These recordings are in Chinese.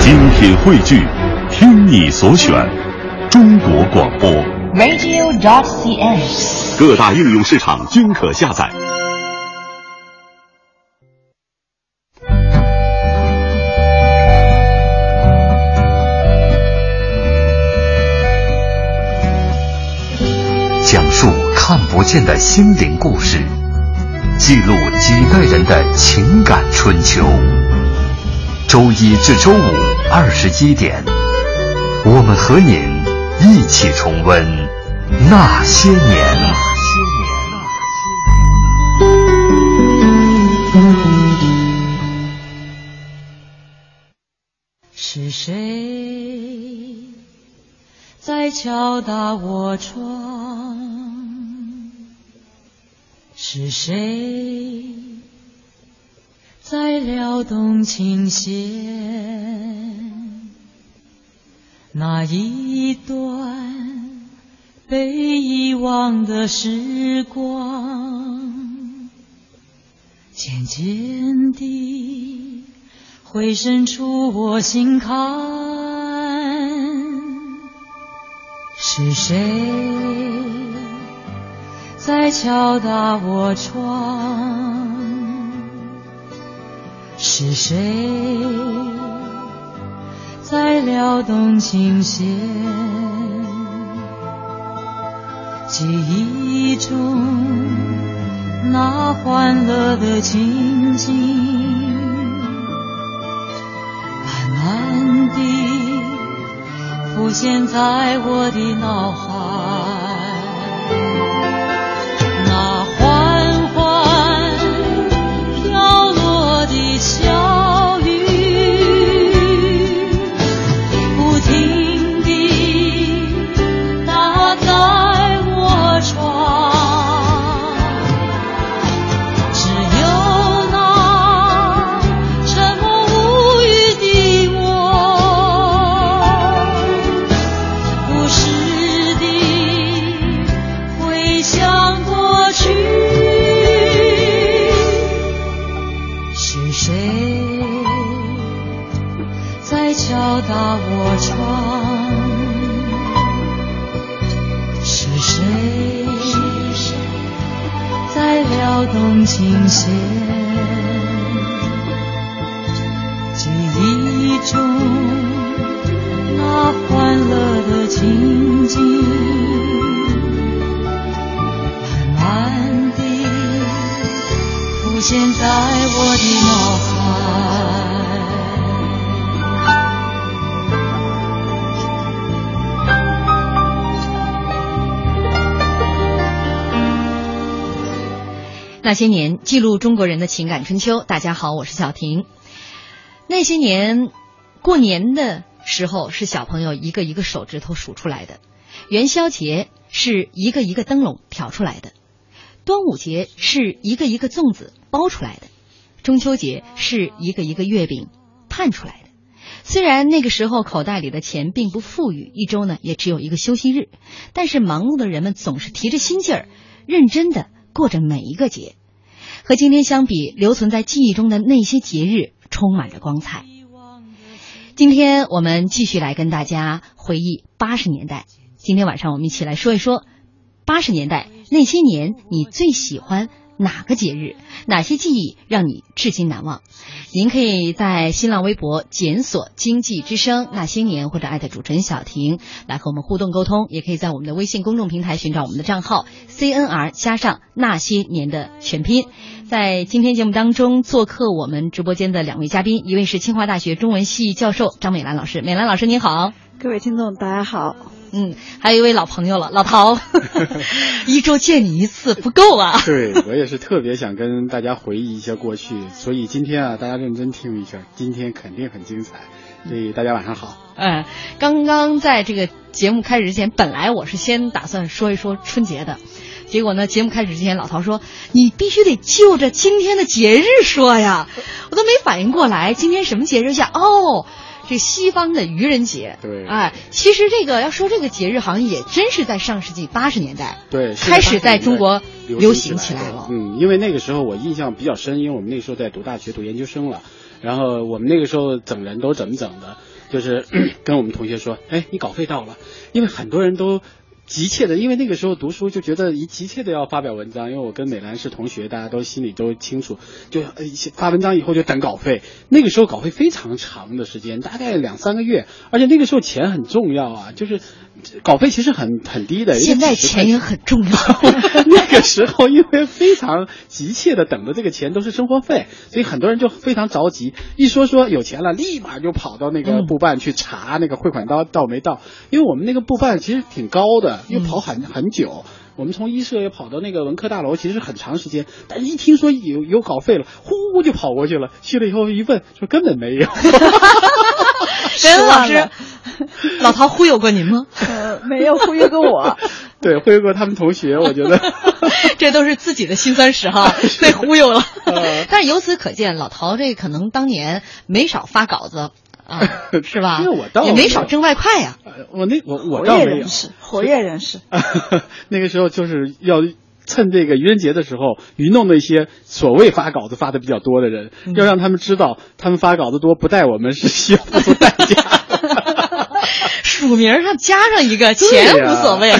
精品汇聚，听你所选，中国广播 radio.cn， 各大应用市场均可下载。讲述看不见的心灵故事，记录几代人的情感春秋。周一至周五21点，我们和您一起重温那些年。 是谁在敲打我窗？是谁在撩动琴弦？那一段被遗忘的时光，渐渐地回渗出我心坎。是谁在敲打我窗？是谁在撩动琴弦？记忆中那欢乐的情景，慢慢地浮现在我的脑海。那缓缓飘落的小雨，不停地打在我窗，只有那沉默无语的我，不时地回想过去。是谁在敲打我窗？是谁在撩动琴弦？记忆中那欢乐的情景，慢慢地浮现在我的脑海。 那些年，记录中国人的情感春秋。大家好，我是小婷。那些年，过年的时候是小朋友一个一个手指头数出来的，元宵节是一个一个灯笼挑出来的，端午节是一个一个粽子包出来的，中秋节是一个一个月饼盼出来的。虽然那个时候口袋里的钱并不富裕，一周呢也只有一个休息日，但是忙碌的人们总是提着心劲儿，认真的过着每一个节。和今天相比，留存在记忆中的那些节日充满着光彩。今天我们继续来跟大家回忆80年代。今天晚上我们一起来说一说80年代那些年你最喜欢哪个节日，哪些记忆让你至今难忘。您可以在新浪微博检索经济之声那些年，或者艾特主持人小婷来和我们互动沟通，也可以在我们的微信公众平台寻找我们的账号 CNR 加上那些年的全拼。在今天节目当中做客我们直播间的两位嘉宾，一位是清华大学中文系教授张美兰老师。美兰老师您好。 各位听众大家好。 还有一位老朋友了，老陶一周见你一次不够啊。 对，我也是特别想跟大家回忆一下过去，所以今天啊大家认真听一下，今天肯定很精彩，所以大家晚上好。 刚刚在这个节目开始之前，本来我是先打算说一说春节的，结果呢节目开始之前老陶说你必须得就着今天的节日说呀，我都没反应过来今天什么节日下这西方的愚人节。 对， 其实这个要说这个节日好像也真是在上世纪80年代对开始在中国流行起来了。 因为那个时候我印象比较深，因为我们那时候在读大学读研究生了，然后我们那个时候整人都怎么整的， 就是跟我们同学说，哎，你稿费到了，因为很多人都急切的，因为那个时候读书就觉得急切的要发表文章，因为我跟美兰是同学，大家都心里都清楚，就发文章以后就等稿费。那个时候稿费非常长的时间，大概2-3个月，而且那个时候钱很重要啊，就是稿费其实很低的。 现在钱也很重要。 那个时候因为非常急切的等的这个钱都是生活费，所以很多人就非常着急，一说有钱了，立马就跑到那个部办去查那个汇款到没到，因为我们那个部办其实挺高的。又跑很久，我们从一社也跑到那个文科大楼，其实很长时间。但是一听说有稿费了，呼就跑过去了。去了以后一问，说根本没有。 任老师，老陶忽悠过您吗？ 没有忽悠过我。 对，忽悠过他们同学，我觉得这都是自己的辛酸史哈，被忽悠了。但是由此可见，老陶这可能当年没少发稿子。啊，是吧？ 因为我倒也没少挣外快呀。 我倒没有。 活跃人士。 那个时候就是要趁这个愚人节的时候，愚弄那些所谓发稿子发的比较多的人，要让他们知道，他们发稿子多不带我们是需要付出代价。 署名上加上一个钱无所谓。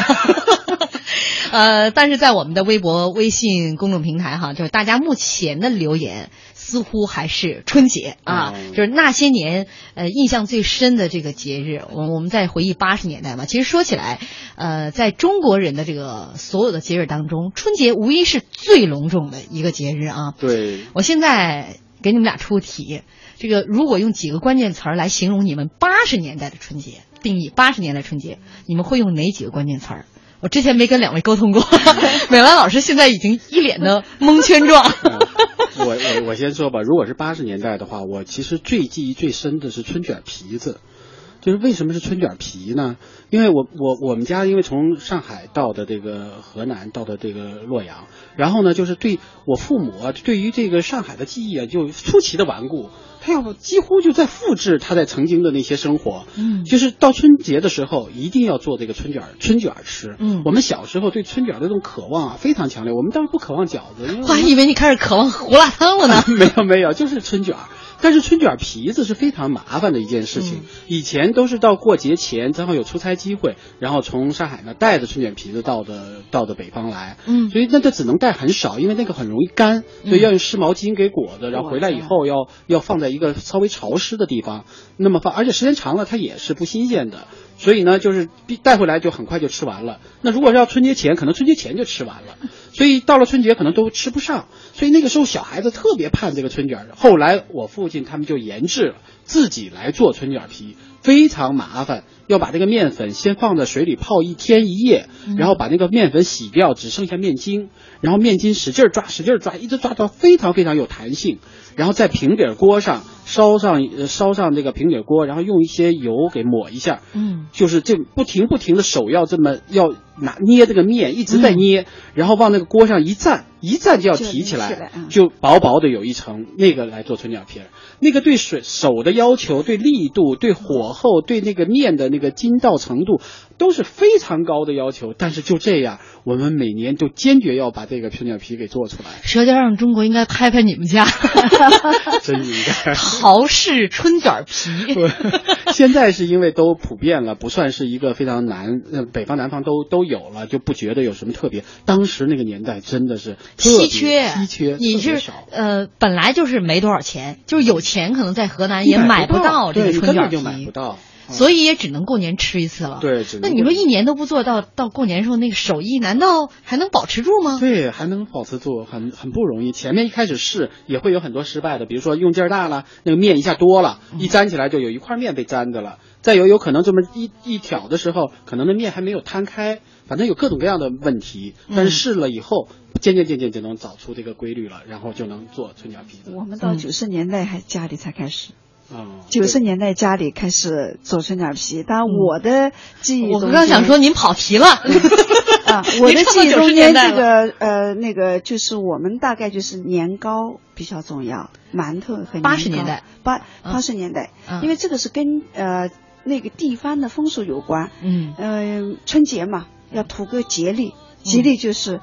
但是在我们的微博、微信公众平台哈，就是大家目前的留言似乎还是春节啊，就是那些年印象最深的这个节日。我们在回忆80年代嘛，其实说起来，在中国人的这个所有的节日当中，春节无疑是最隆重的一个节日啊。 对， 我现在给你们俩出题，这个如果用几个关键词儿来形容你们80年代的春节，定义80年代春节，你们会用哪几个关键词儿？我之前没跟2位沟通过，美兰老师现在已经一脸的蒙圈状。 我先说吧，如果是80年代的话，我其实记忆最深的是春卷皮子。就是为什么是春卷皮呢？因为我们家因为从上海到的这个河南，到的这个洛阳，然后呢，就是对我父母对于这个上海的记忆啊，就出奇的顽固，他要几乎就在复制他在曾经的那些生活。就是到春节的时候一定要做这个春卷吃。我们小时候对春卷的这种渴望啊非常强烈，我们当然不渴望饺子， 我还以为你开始渴望胡辣汤了呢。 没有，就是春卷。但是春卷皮子是非常麻烦的一件事情，以前都是到过节前正好有出差机会，然后从上海呢带着春卷皮子到的北方来，所以那就只能带很少，因为那个很容易干，所以要用湿毛巾给裹着，然后回来以后要放在一个稍微潮湿的地方，那么放，而且时间长了它也是不新鲜的，所以呢就是带回来就很快就吃完了。那如果是要春节前，可能春节前就吃完了，所以到了春节可能都吃不上，所以那个时候小孩子特别盼这个春卷。后来我父亲他们就研制了自己来做春卷皮，非常麻烦，要把这个面粉先放在水里泡1天1夜，然后把那个面粉洗掉，只剩下面筋，然后面筋使劲抓，一直抓到非常非常有弹性，然后在平底锅上烧上这个平底锅，然后用一些油给抹一下，就是这不停的手要这么要捏这个面，一直在捏，然后往那个锅上一站就要提起来，就薄薄的有一层，那个来做春卷皮。那个对手的要求，对力度，对火候，对那个面的那个筋道程度都是非常高的要求，但是就这样，我们每年就坚决要把这个春卷皮给做出来。 舌尖上中国应该拍拍你们家， 真应该。 陶氏春卷皮。 现在是因为都普遍了，不算是一个非常难，北方南方都有了，就不觉得有什么特别。当时那个年代真的是稀缺，你是本来就是没多少钱，就是有钱可能在河南也买不到这个春卷皮， 就买不到。 所以也只能过年吃一次了。 对， 那你说一年都不做到过年时候那个手艺，难道还能保持住吗？ 对，还能保持住，很不容易。前面一开始试也会有很多失败的，比如说用劲儿大了，那个面一下多了，一粘起来就有一块面被粘的了。再有可能这么一挑的时候，可能那面还没有摊开，反正有各种各样的问题。但是试了以后，渐渐就能找出这个规律了，然后就能做春卷皮子。 我们到90年代家里才开始。90年代家里开始做春卷皮，当然我的记忆中， 我刚想说您跑题了我的记忆中间这个那个就是我们大概就是年糕比较重要，馒头和年糕。 80年代 ，80年代，因为这个是跟那个地方的风俗有关。春节嘛，要图个吉利，吉利就是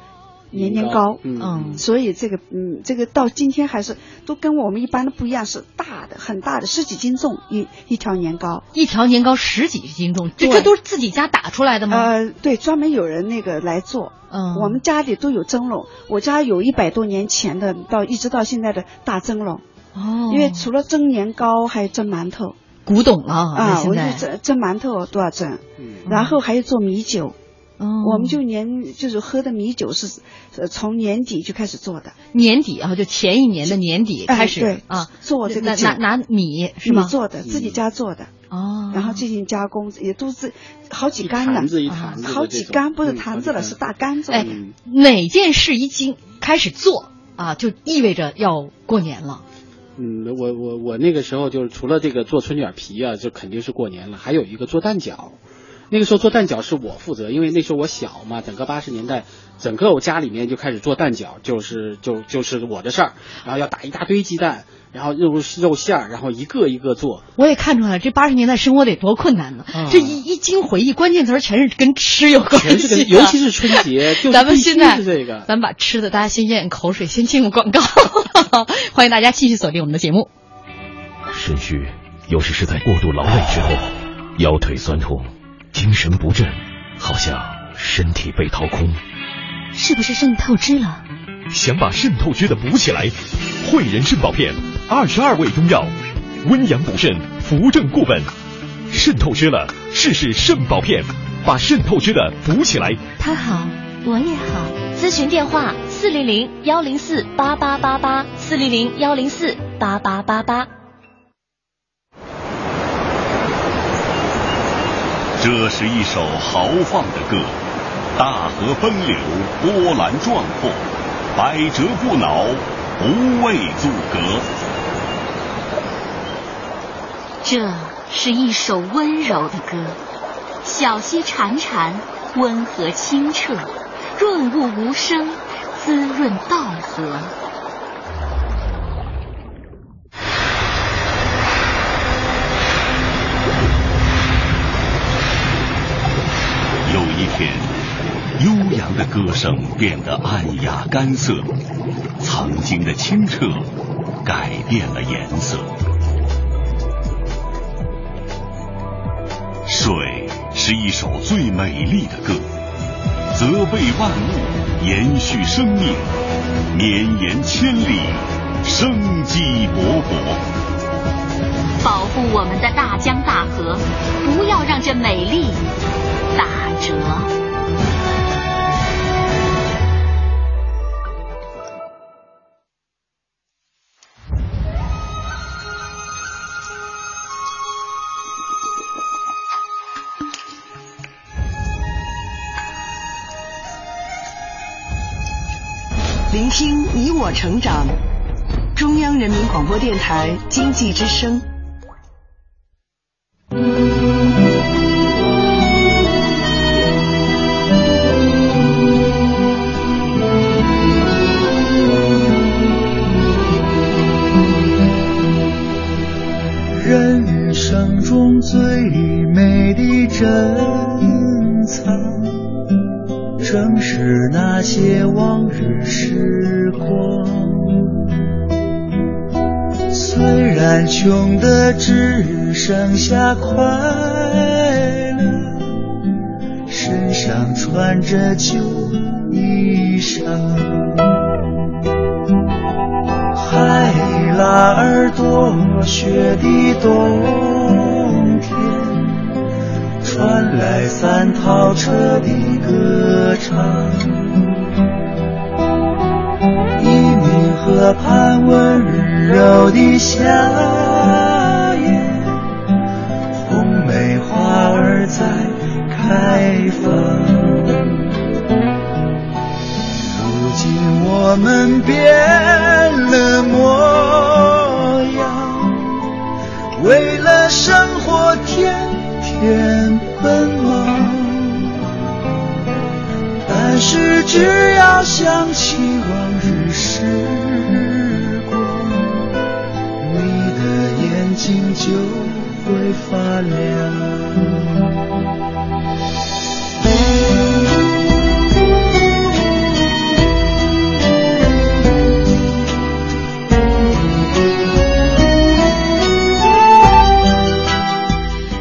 年年高，所以这个到今天还是都跟我们一般的不一样，是大的很大的10几斤重一条年糕， 一条年糕10几斤重，这都是自己家打出来的吗？ 对，专门有人那个来做。我们家里都有蒸笼，我家有100多年前的一直到现在的大蒸笼。因为除了蒸年糕，还有蒸馒头。 古董了啊！ 我就蒸馒头都要蒸，然后还有做米酒。我们就是喝的米酒是从年底就开始做的。 年底啊，就前一年的年底开始对做这个酒， 拿米是吗？ 米做的，自己家做的。然后进行加工，也都是好几竿的，好几竿，不是坛子了，是大竿子。 哪件事一经开始做啊，就意味着要过年了。 我那个时候就是除了这个做春卷皮啊，就肯定是过年了，还有一个做蛋饺。那个时候做蛋饺是我负责，因为那时候我小嘛，整个80年代，整个我家里面就开始做蛋饺，就是我的事儿，然后要打一大堆鸡蛋，然后肉馅儿，然后一个一个做。我也看出来，这80年代生活得多困难呢。这一经回忆，关键词全是跟吃有关系， 尤其是春节。 咱们现在这个， 咱们把吃的，大家先咽口水，先进入广告。欢迎大家继续锁定我们的节目。 肾虚，尤其是在过度劳累之后，腰腿酸痛，精神不振，好像身体被掏空， 是不是肾透支了？ 想把肾透支的补起来，汇仁肾宝片22味中药，温阳补肾，扶正固本。肾透支了，试试肾宝片，把肾透支的补起来。 他好，我也好。咨询电话400-104-8888，400-104-8888。 这是一首豪放的歌，大河奔流，波澜壮阔，百折不挠，不畏阻隔。 这是一首温柔的歌，小溪潺潺，温和清澈，润物无声，滋润稻禾。 有一天，悠扬的歌声变得暗哑干涩，曾经的清澈改变了颜色。水是一首最美丽的歌，责备万物，延续生命，绵延千里，生机勃勃。 保护我们的大江大河，不要让这美丽打折。 聆听你我成长，中央人民广播电台经济之声。 人生中最美的珍藏，正是那些往日时光。虽然穷得只剩下快乐，身上穿着旧衣裳，海拉尔多雪的冬天，传来三套车的歌唱。黎明河畔温柔的夏夜，红梅花儿在开放。如今我们变了模样，为了生活天天奔忙，但是只要想起往日时光，你的眼睛就会发亮。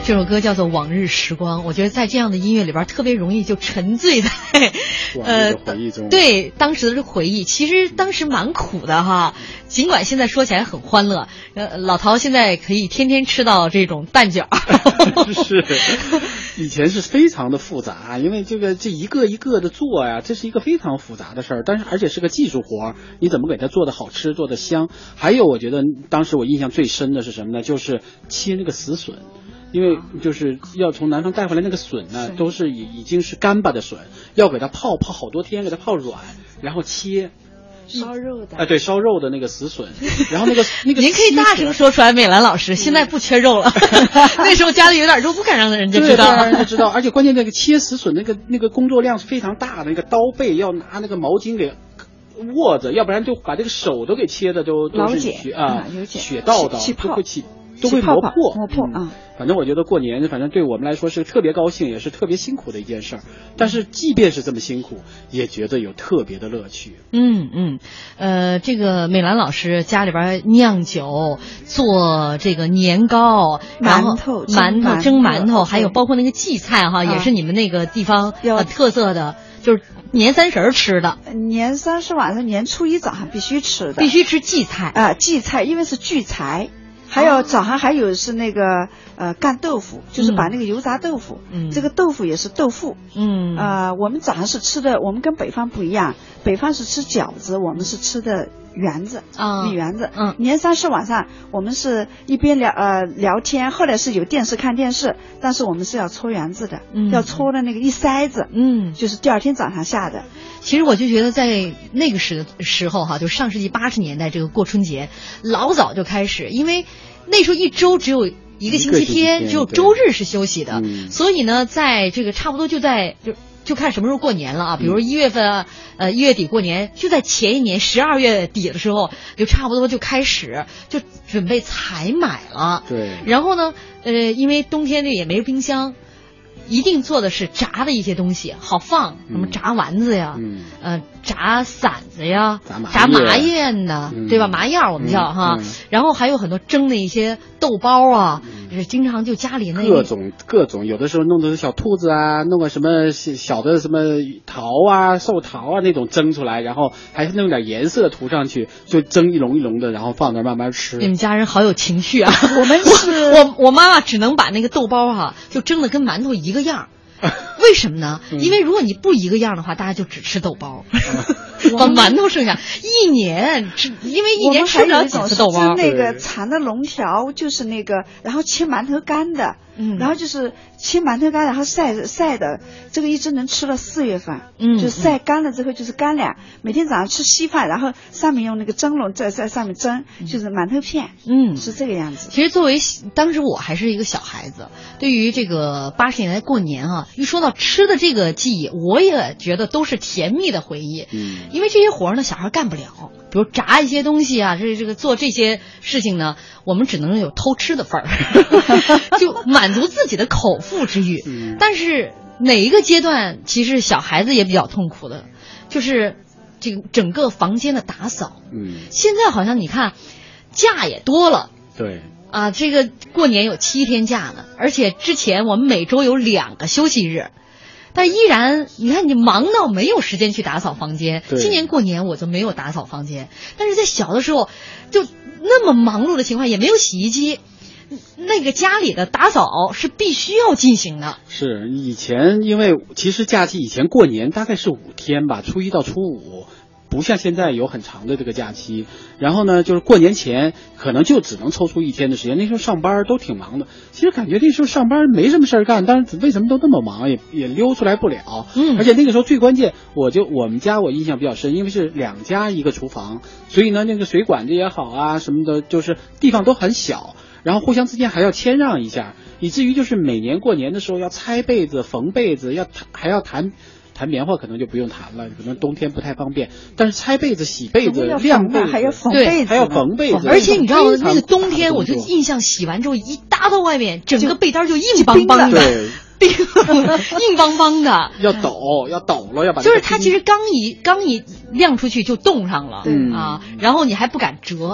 这首歌叫做《往日时光》，我觉得在这样的音乐里边特别容易就沉醉在回忆中。 对，当时的回忆，其实当时蛮苦的哈，尽管现在说起来很欢乐。老陶现在可以天天吃到这种蛋饺。 是，以前是非常的复杂，因为这一个一个的做呀，这是一个非常复杂的事儿，但是而且是个技术活，你怎么给它做的好吃，做的香？还有我觉得当时我印象最深的是什么呢？就是切那个死笋。因为就是要从南方带回来那个笋呢，都是已经是干巴的笋，要给它泡好多天，给它泡软，然后切。 烧肉的对，烧肉的那个死笋，然后那个您可以大声说出来，美兰老师，现在不缺肉了，那时候家里有点肉，不敢让人家知道， 让人家知道，而且关键那个切死笋那个工作量是非常大的，那个刀背要拿那个毛巾给握着，要不然就把这个手都给切的都是血道的，都会磨破啊。 反正我觉得过年，反正对我们来说是特别高兴，也是特别辛苦的一件事儿。但是即便是这么辛苦，也觉得有特别的乐趣。 这个美兰老师家里边酿酒，做这个年糕，然后蒸馒头，还有包括那个荠菜哈，也是你们那个地方特色的，就是年30吃的。 年30晚上，年初1早上必须吃的， 必须吃荠菜荠菜因为是聚财。还有早上还有是那个干豆腐，就是把那个油炸豆腐，这个豆腐也是豆腐，我们早上是吃的，我们跟北方不一样，北方是吃饺子，我们是吃的圆子米圆子。年30晚上我们是一边聊天，后来是有电视看电视，但是我们是要搓圆子的，要搓的那个一筛子，就是第二天早上下的。 其实我就觉得在那个时候哈，就上世纪80年代，这个过春节老早就开始，因为那时候一周只有一个星期天，只有周日是休息的，所以呢，在这个差不多就看什么时候过年了啊，比如1月份1月底过年，就在前一年12月底的时候，就差不多就开始就准备采买了。 对。 然后呢，因为冬天这也没冰箱。一定做的是炸的一些东西，好放什么炸丸子呀，炸馓子呀，炸麻叶呢，对吧？麻叶我们叫哈，然后还有很多蒸的一些豆包啊，就是经常就家里那各种，有的时候弄的小兔子啊，弄个什么小的什么桃啊、寿桃啊那种蒸出来，然后还弄点颜色涂上去，就蒸一笼一笼的，然后放那慢慢吃。 你们家人好有情趣啊！ 我们是我妈妈只能把那个豆包哈，就蒸的跟馒头一个样。为什么呢？因为如果你不一个样的话，大家就只吃豆包，把馒头剩下一年吃，因为一年吃不了几次豆包。 那个缠的龙条就是那个，然后切馒头干的，然后就是切馒头干，然后晒的，这个一直能吃到4月份，就晒干了之后就是干粮，每天早上吃稀饭，然后上面用那个蒸笼在上面蒸，就是馒头片，是这个样子。 其实作为当时我还是一个小孩子，对于这个80年代过年啊，一说到吃的这个记忆，我也觉得都是甜蜜的回忆。因为这些活呢，小孩干不了，比如炸一些东西啊，这个做这些事情呢，我们只能有偷吃的份儿，就满足自己的口腹之欲。但是哪一个阶段，其实小孩子也比较痛苦的，就是这个整个房间的打扫。现在好像你看，假也多了。 对。 啊，这个过年有7天假呢，而且之前我们每周有2个休息日，但依然你看你忙到没有时间去打扫房间。今年过年我就没有打扫房间，但是在小的时候就那么忙碌的情况，也没有洗衣机，那个家里的打扫是必须要进行的。 是以前因为其实假期以前过年大概是5天吧，初1到初5。不像现在有很长的这个假期，然后呢，就是过年前可能就只能抽出1天的时间。那时候上班都挺忙的，其实感觉那时候上班没什么事儿干，但是为什么都那么忙，也溜出来不了。而且那个时候最关键，我们家我印象比较深，因为是2家1个厨房，所以呢，那个水管子也好啊什么的，就是地方都很小，然后互相之间还要谦让一下，以至于就是每年过年的时候要拆被子、缝被子，还要弹棉花，可能就不用弹了，可能冬天不太方便。但是拆被子、洗被子、晾被子， 还要缝被子， 还要缝被子。 而且你知道吗？那个冬天，我就印象洗完之后一搭到外面，整个被单就硬邦邦的，硬邦邦的。 要抖了，要把就是它其实刚一晾出去就冻上了，然后你还不敢折。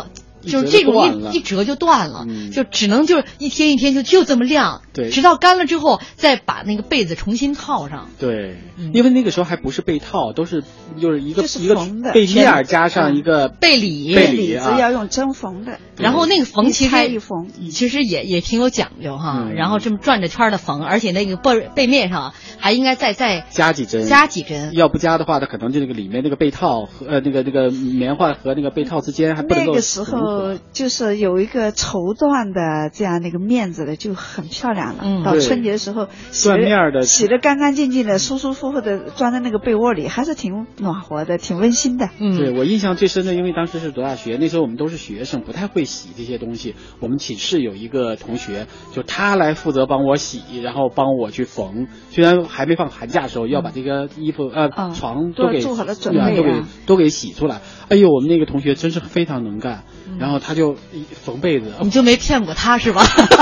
就是这种一折就断了，就只能就是一天一天就这么晾， 对， 直到干了之后再把那个被子重新套上。 对，因为那个时候还不是被套，都是就是一个被面加上一个被里子要用针缝的， 然后那个缝其实也挺有讲究哈，然后这么转着圈的缝，而且那个背面上还应该再加几针，要不加的话，它可能就那个里面那个被套和那个棉花和那个被套之间还不能够。 那个时候就是有一个绸缎的这样那个面子的就很漂亮了。到春节的时候， 缎面的洗得干干净净的，舒舒服服的装在那个被窝里，还是挺暖和的，挺温馨的。 对，我印象最深的，因为当时是读大学，那时候我们都是学生，不太会洗这些东西。我们寝室有一个同学，就他来负责帮我洗，然后帮我去缝。虽然还没放寒假的时候，要把这个衣服床都给做好了准备都给洗出来。哎呦，我们那个同学真是非常能干，然后他就缝被子。 你就没骗过他是吧？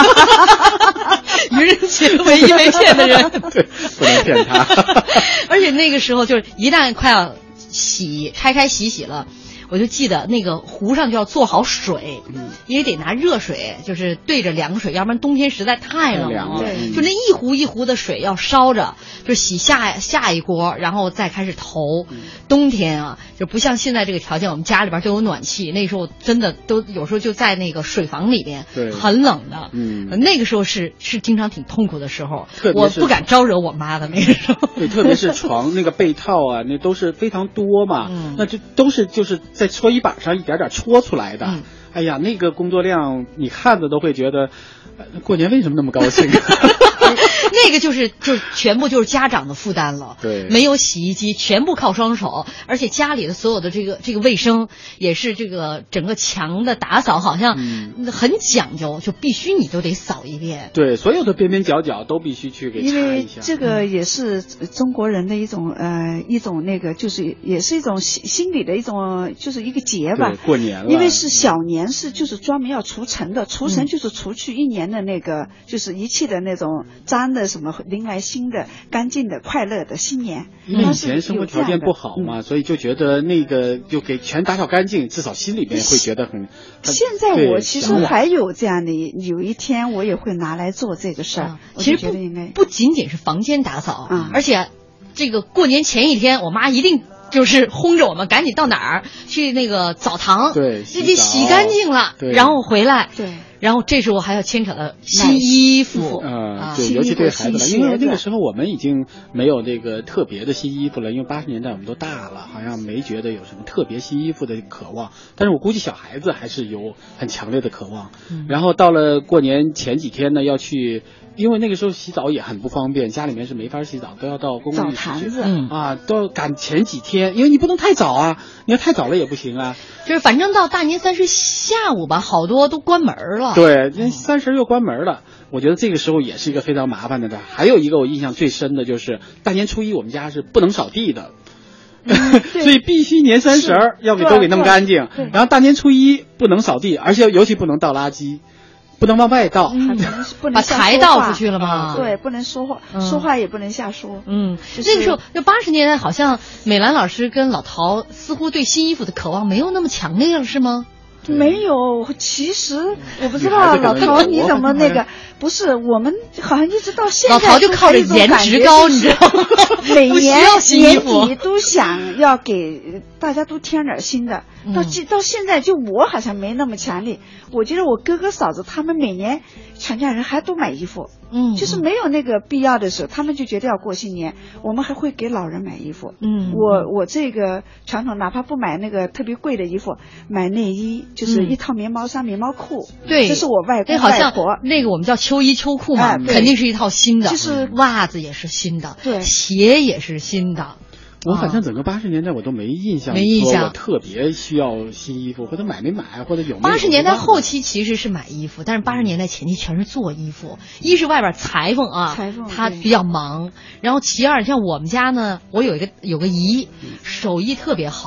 愚人节唯一没骗的人。 对，不能骗他。 而且那个时候就是一旦快要拆开洗了。我就记得那个壶上就要做好水，因为得拿热水，就是对着凉水，要不然冬天实在太冷了。就那一壶一壶的水要烧着，就洗下一锅，然后再开始投。冬天啊，就不像现在这个条件，我们家里边都有暖气，那时候真的都有时候就在那个水房里边，很冷的。那个时候是经常挺痛苦的时候，我不敢招惹我妈的那个时候。 对，特别是床那个被套啊，那都是非常多嘛，那就都是就是在搓衣板上一点点搓出来的。哎呀，那个工作量你看着都会觉得，过年为什么那么高兴？ 那个就全部就是家长的负担了。 对， 没有洗衣机，全部靠双手，而且家里的所有的这个卫生也是这个整个墙的打扫好像很讲究，就必须你都得扫一遍。 对，所有的边边角角都必须去给擦一下。 因为这个也是中国人的一种那个就是也是一种心理的一种就是一个节吧。 过年了。 因为是小年是就是专门要除尘的，除尘就是除去一年的那个就是一切的那种脏的什么，迎来新的干净的快乐的新年。 因为以前生活条件不好嘛，所以就觉得那个就给全打扫干净，至少心里面会觉得很。 现在我其实还有这样的，有一天我也会拿来做这个事儿。 其实不仅仅是房间打扫，而且这个过年前一天，我妈一定就是轰着我们赶紧到哪儿去那个澡堂， 对， 洗干净了，然后回来， 对。 然后这时候还要牵扯到新衣服， 对，尤其对孩子了，因为那个时候我们已经没有那个特别的新衣服了，因为80年代我们都大了，好像没觉得有什么特别新衣服的渴望。但是我估计小孩子还是有很强烈的渴望。然后到了过年前几天呢，要去。因为那个时候洗澡也很不方便，家里面是没法洗澡，都要到公共浴室去都要赶前几天，因为你不能太早啊，你要太早了也不行啊。 就是反正到大年30下午吧，好多都关门了。 对，那30又关门了。我觉得这个时候也是一个非常麻烦的事。还有一个我印象最深的就是大年初一我们家是不能扫地的。所以必须年30要都给弄干净，然后大年初一不能扫地，而且尤其不能倒垃圾。不能往外倒， 把财倒出去了吗？ 对，不能说话，说话也不能瞎说。 那个时候，就80年代，好像美兰老师跟老陶似乎对新衣服的渴望没有那么强烈了，是吗？ 没有，其实我不知道老陶你怎么那个，不是我们好像一直到现在， 老陶就靠着颜值高，你知道吗？ 每年年底都想要给大家都添点新的，到现在就我好像没那么强烈。我觉得我哥哥嫂子他们每年全家人还都买衣服，就是没有那个必要的时候，他们就觉得要过新年，我们还会给老人买衣服。我这个传统哪怕不买那个特别贵的衣服，买内衣就是一套棉毛衫、棉毛裤。 对， 这是我外公外婆那个我们叫秋衣秋裤嘛，肯定是一套新的， 就是袜子也是新的， 对， 鞋也是新的。 我反正整个80年代我都没印象，我特别需要新衣服，或者买没买，或者有没有。 80年代后期其实是买衣服，但是80年代前期全是做衣服。一是外边裁缝啊，他比较忙，然后其二像我们家呢，我有个姨，手艺特别好。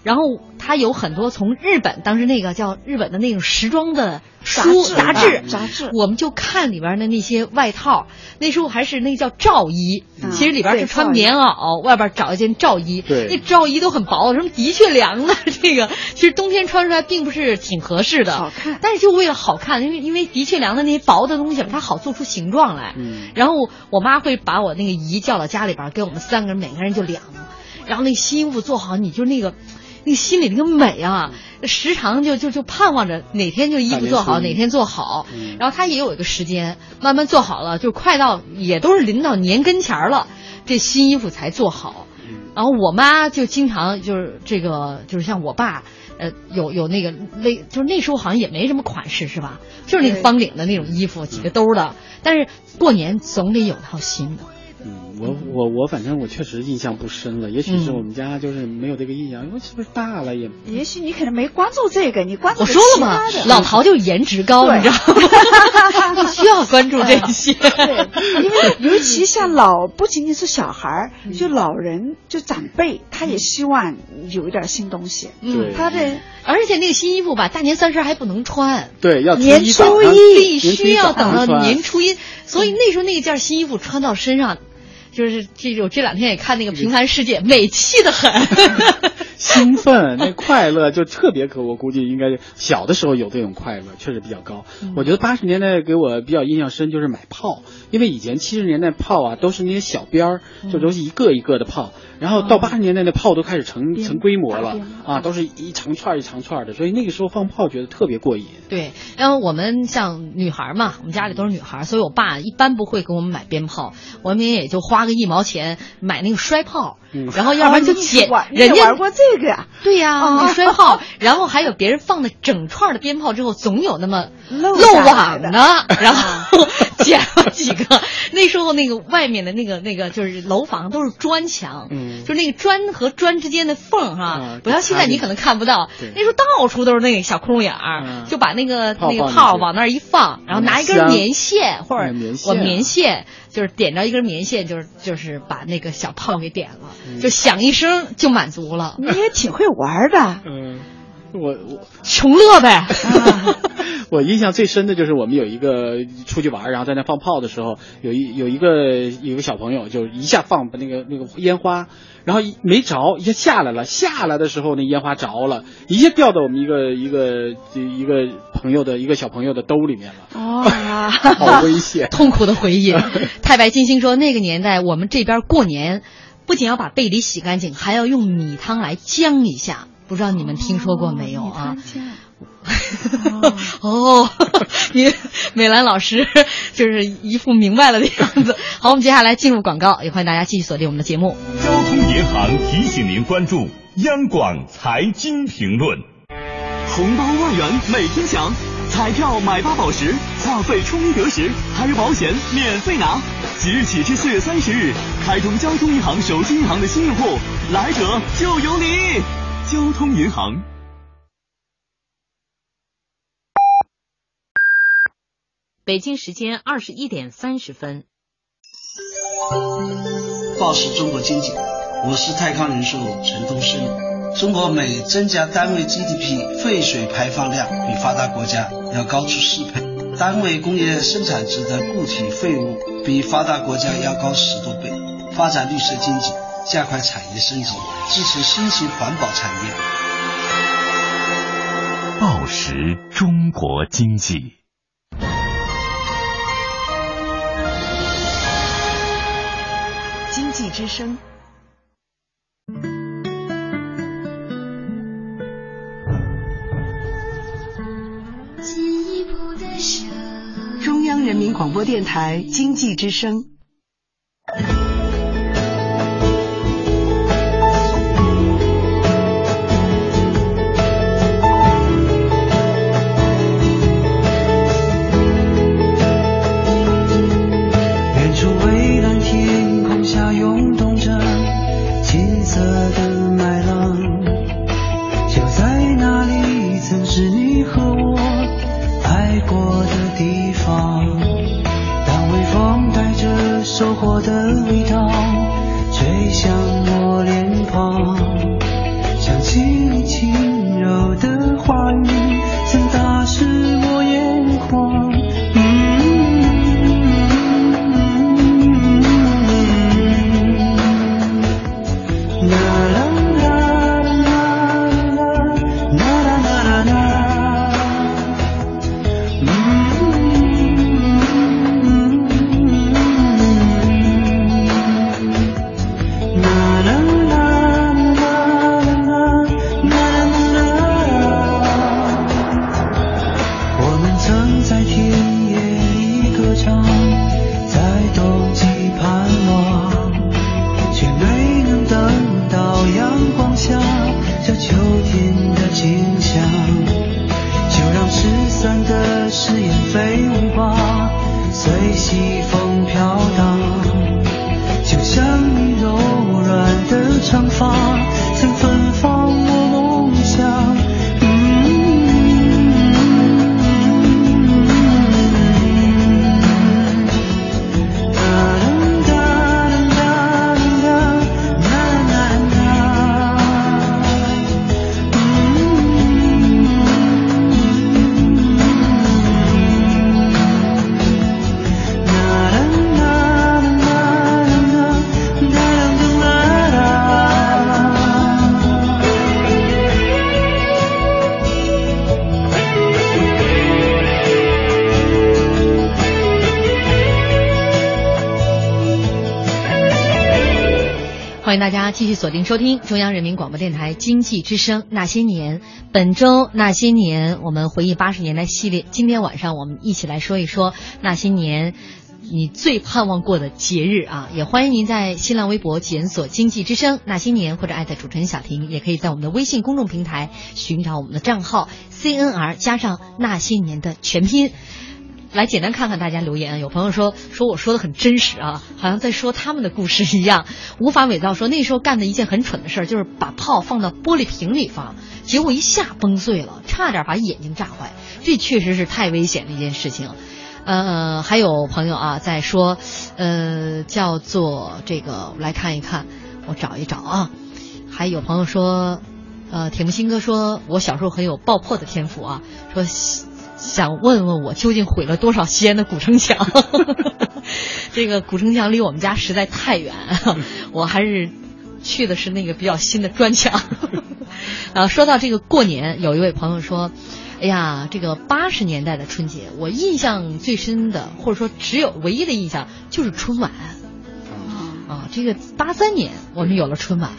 然后它有很多从日本，当时那个叫日本的那种时装的书杂志，我们就看里边的那些外套，那时候还是那个叫罩衣，其实里边是穿棉袄，外边找一件罩衣，那罩衣都很薄，什么的确凉的，这个其实冬天穿出来并不是挺合适的， 好看， 但是就为了好看，因为的确凉的那些薄的东西它好做出形状来，然后我妈会把我那个姨叫到家里边，给我们3个人每个人就2，然后那个新衣服做好，你就那个心里那个美啊，时常就盼望着哪天就衣服做好，哪天做好。然后他也有一个时间，慢慢做好了，就快到也都是临到年跟前了，这新衣服才做好。然后我妈就经常就是这个，就是像我爸，有那个就是那时候好像也没什么款式是吧？就是那个方领的那种衣服，几个兜的。但是过年总得有套新的。 我反正我确实印象不深了，也许是我们家就是没有这个印象，因为是不是大了也许你可能没关注这个，你关注我说了嘛，老陶就颜值高，你知道吗？不需要关注这些。 对，因为尤其像不仅仅是小孩，就老人就长辈，他也希望有一点新东西。他的而且那个新衣服吧，大年30还不能穿， 对，要年初一必须要等到年初一，所以那时候那件新衣服穿到身上。就是这2天也看那个《平凡世界》，美气得很， 兴奋，那快乐就特别我估计应该小的时候有这种快乐，确实比较高。我觉得80年代给我比较印象深就是买炮，因为以前70年代炮啊都是那些小边儿，就都是一个一个的炮，然后到80年代的炮都开始成规模了啊，都是一长串一长串的，所以那个时候放炮觉得特别过瘾。 对，然后我们像女孩嘛，我们家里都是女孩，所以我爸一般不会给我们买鞭炮，我们也就花个1毛钱买那个摔炮，然后要不然就人家玩过这个呀？ 对呀，那摔炮，然后还有别人放的整串的鞭炮之后，总有那么漏网的，然后捡了几个。那时候那个外面的那个就是楼房都是砖墙，就那个砖和砖之间的缝哈，不像现在你可能看不到，那时候到处都是那个小窟窿眼儿，就把那个炮往那儿一放，然后拿一根棉线或者我棉线。就是点着一根棉线，就是把那个小炮给点了，就响一声就满足了。 你也挺会玩的。 我穷乐呗。 我印象最深的就是我们有一个出去玩，然后在那放炮的时候，有一个小朋友就一下放那个烟花，然后没着，一下下来了，下来的时候那烟花着了，一下掉到我们一个小朋友的兜里面了。好危险， 痛苦的回忆。太白金星说，那个年代我们这边过年不仅要把背里洗干净，还要用米汤来浆一下，不知道你们听说过没有啊？美兰老师就是一副明白了的样子。好，我们接下来进入广告，也欢迎大家继续锁定我们的节目。 交通银行提醒您关注央广财经评论。 红包万元每天享，彩票买8保10，话费充1得10，还有保险免费拿。即日起至4月30日，开通交通银行手机银行的新用户，来者就有你。交通银行。 北京时间21点30分。 报时中国经济，我是泰康人寿陈东升。中国每增加单位 GDP 废水排放量比发达国家要高出4倍，单位工业生产值的固体废物比发达国家要高10多倍。发展绿色经济，加快产业升级，支持新型环保产业。 报时中国经济。 经济之声。中央人民广播电台经济之声。 远处蔚蓝天空下涌动着金色的麦浪，就在那里曾是你和我爱过的地方。当微风带着收获的味道吹向我脸庞，想起你欢迎大家继续锁定收听中央人民广播电台经济之声那些年。本周那些年我们回忆80年代系列，今天晚上我们一起来说一说那些年你最盼望过的节日啊！也欢迎您在新浪微博检索经济之声那些年，或者艾特主持人小婷，也可以在我们的微信公众平台寻找我们的账号 CNR 加上那些年的全拼。来简单看看大家留言，有朋友说我说的很真实啊，好像在说他们的故事一样，无法伪造。说那时候干的一件很蠢的事儿，就是把炮放到玻璃瓶里放，结果一下崩碎了，差点把眼睛炸坏，这确实是太危险的一件事情。还有朋友啊在说，叫做这个，我来看一看，我找一找啊。还有朋友说，铁木辛哥说我小时候很有爆破的天赋啊，说想问问我究竟毁了多少西安的古城墙。这个古城墙离我们家实在太远，我还是去的是那个比较新的砖墙。说到这个过年，有一位朋友说，哎呀，这个80年代的春节，我印象最深的，或者说只有唯一的印象就是春晚。这个83年我们有了春晚。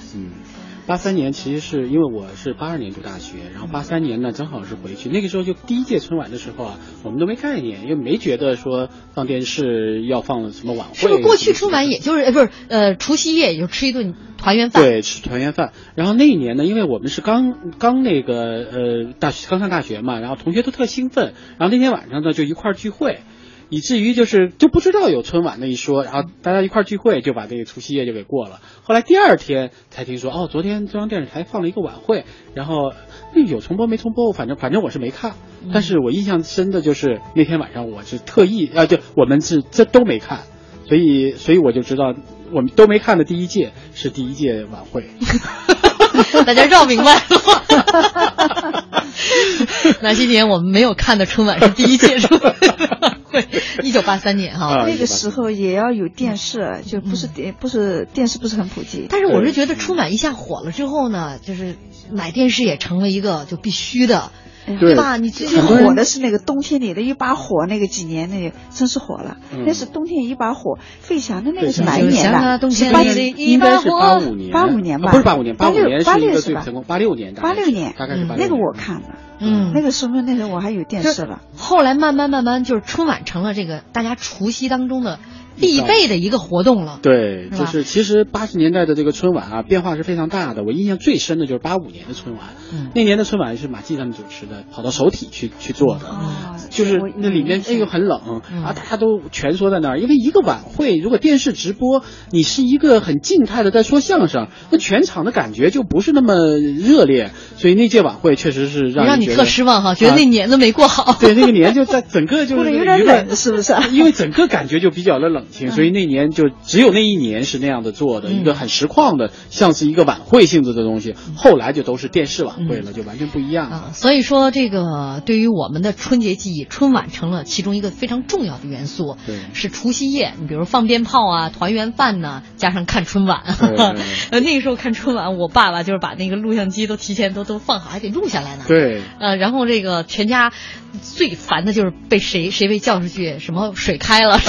83年其实是因为我是82年读大学，然后83年呢正好是回去，那个时候就第一届春晚的时候啊，我们都没概念，因为没觉得说放电视要放什么晚会。 是不是过去春晚也就是除夕夜也就吃一顿团圆饭？ 对，吃团圆饭。然后那一年呢，因为我们是刚那个刚上大学嘛，然后同学都特兴奋，然后那天晚上呢就一块儿聚会。以至于就不知道有春晚那一说，然后大家一块聚会就把这个除夕夜就给过了。后来第二天才听说，昨天中央电视台放了一个晚会，然后有重播没重播，反正我是没看。但是我印象深的就是那天晚上我是特意我们是这都没看，所以我就知道我们都没看的第一届是第一届晚会。 大家绕明白了。那些年我们没有看的春晚是第一届春晚会，1983年哈。 那个时候也要有电视，就不是电视不是很普及。 但是我是觉得春晚一下火了之后呢，就是买电视也成了一个就必须的。对吧？你最火的是那个冬天里的一把火，那个几年那个真是火了。那是冬天一把火，费翔的那个是哪一年的？ 冬天里的一把火 ，85年吧？不是85年，85年是一个最成功，86年 86年， 大概是86年。 那个我看了。那个说明那时候我还有电视了。 后来慢慢就是春晚成了这个大家除夕当中的必备的一个活动了。 对，就是其实80年代的这个春晚啊，变化是非常大的。我印象最深的就是85年的春晚，那年的春晚是马季他们主持的，跑到首体去做的，就是那里面又很冷啊，大家都蜷缩在那儿。因为一个晚会如果电视直播，你是一个很静态的在说相声，那全场的感觉就不是那么热烈，所以那届晚会确实是让你特失望哈，觉得那年都没过好。 对，那个年就在整个就是有点冷，是不是？ 因为整个感觉就比较的冷清，所以那年就只有那一年是那样的做的，一个很实况的，像是一个晚会性质的东西。后来就都是电视晚会了，就完全不一样了。 所以说这个对于我们的春节记忆，春晚成了其中一个非常重要的元素。 对， 是除夕夜，你比如放鞭炮啊、团圆饭呢，加上看春晚。那个时候看春晚，我爸爸就是把那个录像机都提前都放好，还得录下来呢。 对， 然后这个全家最烦的就是被谁被叫出去，什么水开了，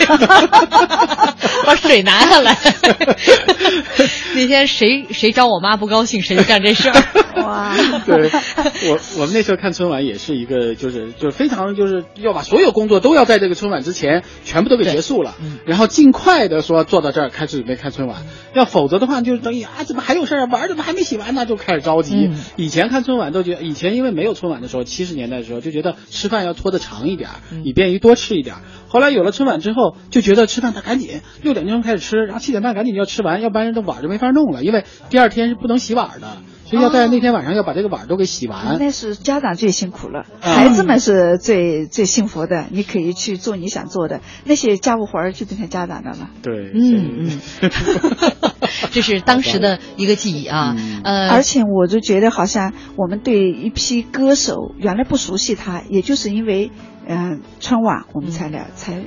把水拿下来。那天谁招我妈不高兴，谁就干这事儿。 哇， 对，我们那时候看春晚也是一个就是非常就是要把所有工作都要在这个春晚之前全部都给结束了，然后尽快的说坐到这儿开始准备看春晚，要否则的话就是等于怎么还有事儿，碗怎么还没洗完呢，就开始着急。以前看春晚都觉得，以前因为没有春晚的时候，70年代的时候就觉得吃饭要拖得长一点，以便于多吃一点。后来有了春晚之后，就觉得吃饭赶紧6点钟开始吃，然后7点半赶紧就要吃完，要不然这碗就没法弄了，因为第二天是不能洗碗的。所以要在那天晚上要把这个碗都给洗完。 那是家长最辛苦了，孩子们是最幸福的，你可以去做你想做的，那些家务活儿就变成家长的了。 对， 这是当时的一个记忆啊。 而且我就觉得好像我们对一批歌手原来不熟悉他，也就是因为春晚我们才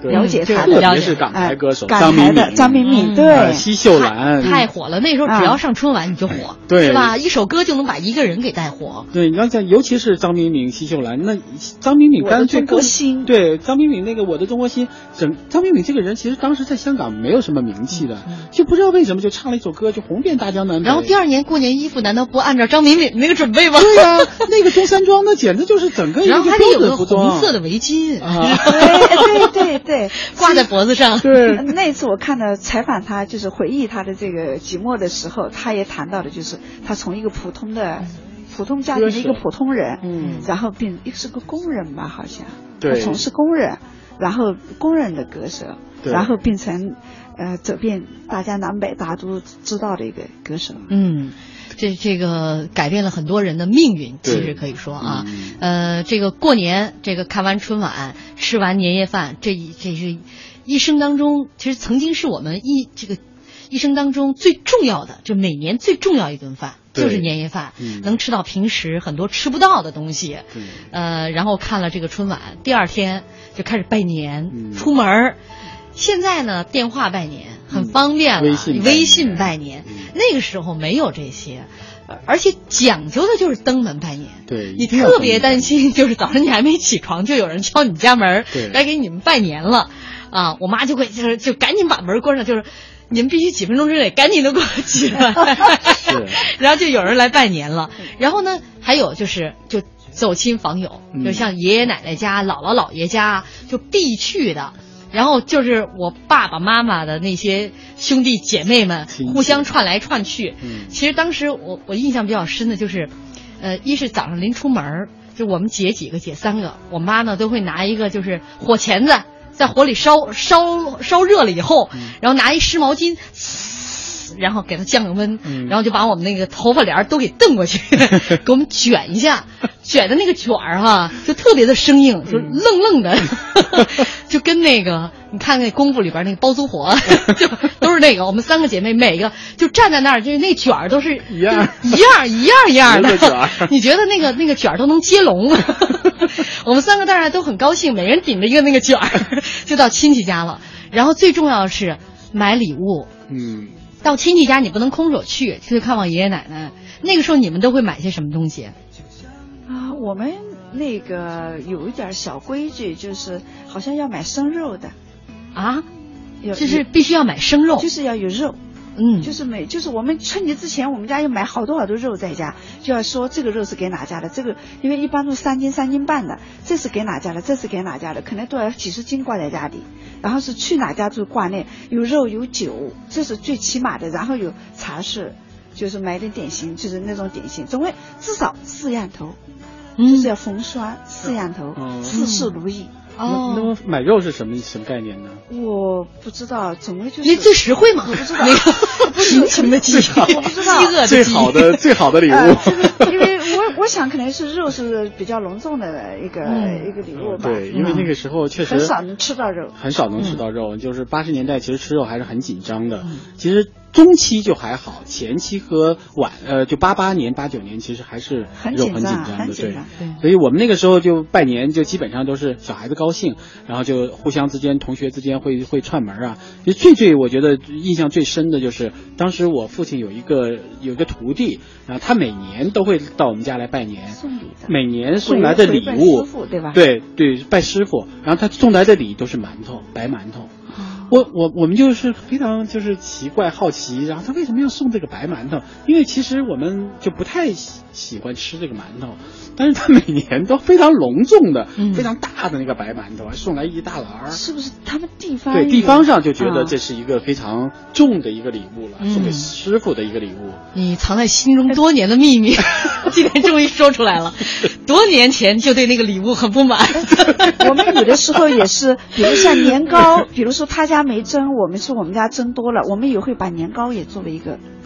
了解他的， 特别是港台歌手张明敏，对， 奚秀兰太火了。那时候只要上春晚你就火， 对， 是吧？一首歌就能把一个人给带火。 对，你要讲，尤其是张明敏、奚秀兰，那张明敏干脆更对张明敏那个《我的中国心》，张明敏这个人其实当时在香港没有什么名气的，就不知道为什么就唱了一首歌就红遍大江南北。 然后第2年过年衣服难道不按照张明敏那个准备吗？ 对呀，那个中山装那简直就是整个一个标准服装， 红色的围巾啊，对， 挂在脖子上。 对， 那次我看到采访他，就是回忆他的这个寂寞的时候，他也谈到的就是他从一个普通家庭的一个普通人，然后是个工人吧，好像， 对， 从事工人，然后工人的歌手，然后变成走遍大江南北，大家都知道的一个歌手。 这个改变了很多人的命运，其实可以说啊，这个过年，这个看完春晚，吃完年夜饭，这是一生当中，其实曾经是我们一生当中最重要的，就每年最重要一顿饭，就是年夜饭，能吃到平时很多吃不到的东西。然后看了这个春晚，第2天就开始拜年，出门。现在呢，电话拜年很方便了，微信拜年，那个时候没有这些，而且讲究的就是登门拜年。 对， 你特别担心，就是早上你还没起床，就有人敲你家门来给你们拜年了啊！我妈就会就赶紧把门关上，就是你们必须几分钟之内赶紧都给我起来，然后就有人来拜年了。然后呢，还有就走亲访友，就像爷爷奶奶家、姥姥姥爷家就必去的。然后就是我爸爸妈妈的那些兄弟姐妹们互相串来串去。其实当时我印象比较深的就是，一是早上临出门，就我们姐几个姐3个，我妈呢都会拿一个就是火钳子，在火里烧热了以后，然后拿一湿毛巾，然后给它降个温，然后就把我们那个头发帘都给蹬过去，给我们卷一下，卷的那个卷儿就特别的生硬，就愣愣的，就跟那个你看那功夫里边那个包租婆，就都是那个。我们3个姐妹每个就站在那儿，就那卷儿都是一样的，你觉得那个卷儿都能接龙。我们3个当然都很高兴，每人顶着一个那个卷儿，就到亲戚家了。然后最重要的是买礼物，到亲戚家你不能空手去看望爷爷奶奶。那个时候你们都会买些什么东西？ 我们那个有一点小规矩，就是好像要买生肉的啊，就是必须要买生肉， 就是要有肉。就是我们春节之前，我们家要买好多肉在家，就要说这个肉是给哪家的，这个因为一般都3斤3斤半的，这是给哪家的，这是给哪家的，可能都要几十斤挂在家里。然后是去哪家就挂那有肉有酒，这是最起码的。然后有茶室，就是买点点心，就是那种点心，总归至少4样头，就是要逢酸4样头，事事如意。 那么买肉是什么概念呢？ 我不知道，总归就是那最实惠嘛， 我不知道那个贫穷的饥饿， 我不知道饥饿的最好的礼物。 因为我想可能是肉是比较隆重的一个礼物吧。 对，因为那个时候确实很少能吃到肉， 就是80年代其实吃肉还是很紧张的。其实中期就还好，前期和就88年、89年其实还是肉很紧张的，对。所以我们那个时候就拜年，就基本上都是小孩子高兴，然后就互相之间、同学之间会串门啊。其实最我觉得印象最深的就是当时我父亲有一个徒弟，然后他每年都会到我们家来拜年，每年送来的礼物， 对吧？ 对，拜师傅，然后他送来的礼都是馒头，白馒头。我们就是非常就是奇怪好奇，然后他为什么要送这个白馒头？因为其实我们就不太喜欢吃这个馒头，但是他每年都非常隆重的、非常大的那个白馒头，还送来一大篮。 是不是他们地方上就觉得这是一个非常重的一个礼物了，送给师傅的一个礼物。 你藏在心中多年的秘密，今天终于说出来了。多年前就对那个礼物很不满。 我们有的时候也是，比如像年糕，比如说他家没蒸，我们说我们家蒸多了，我们也会把年糕也作为一个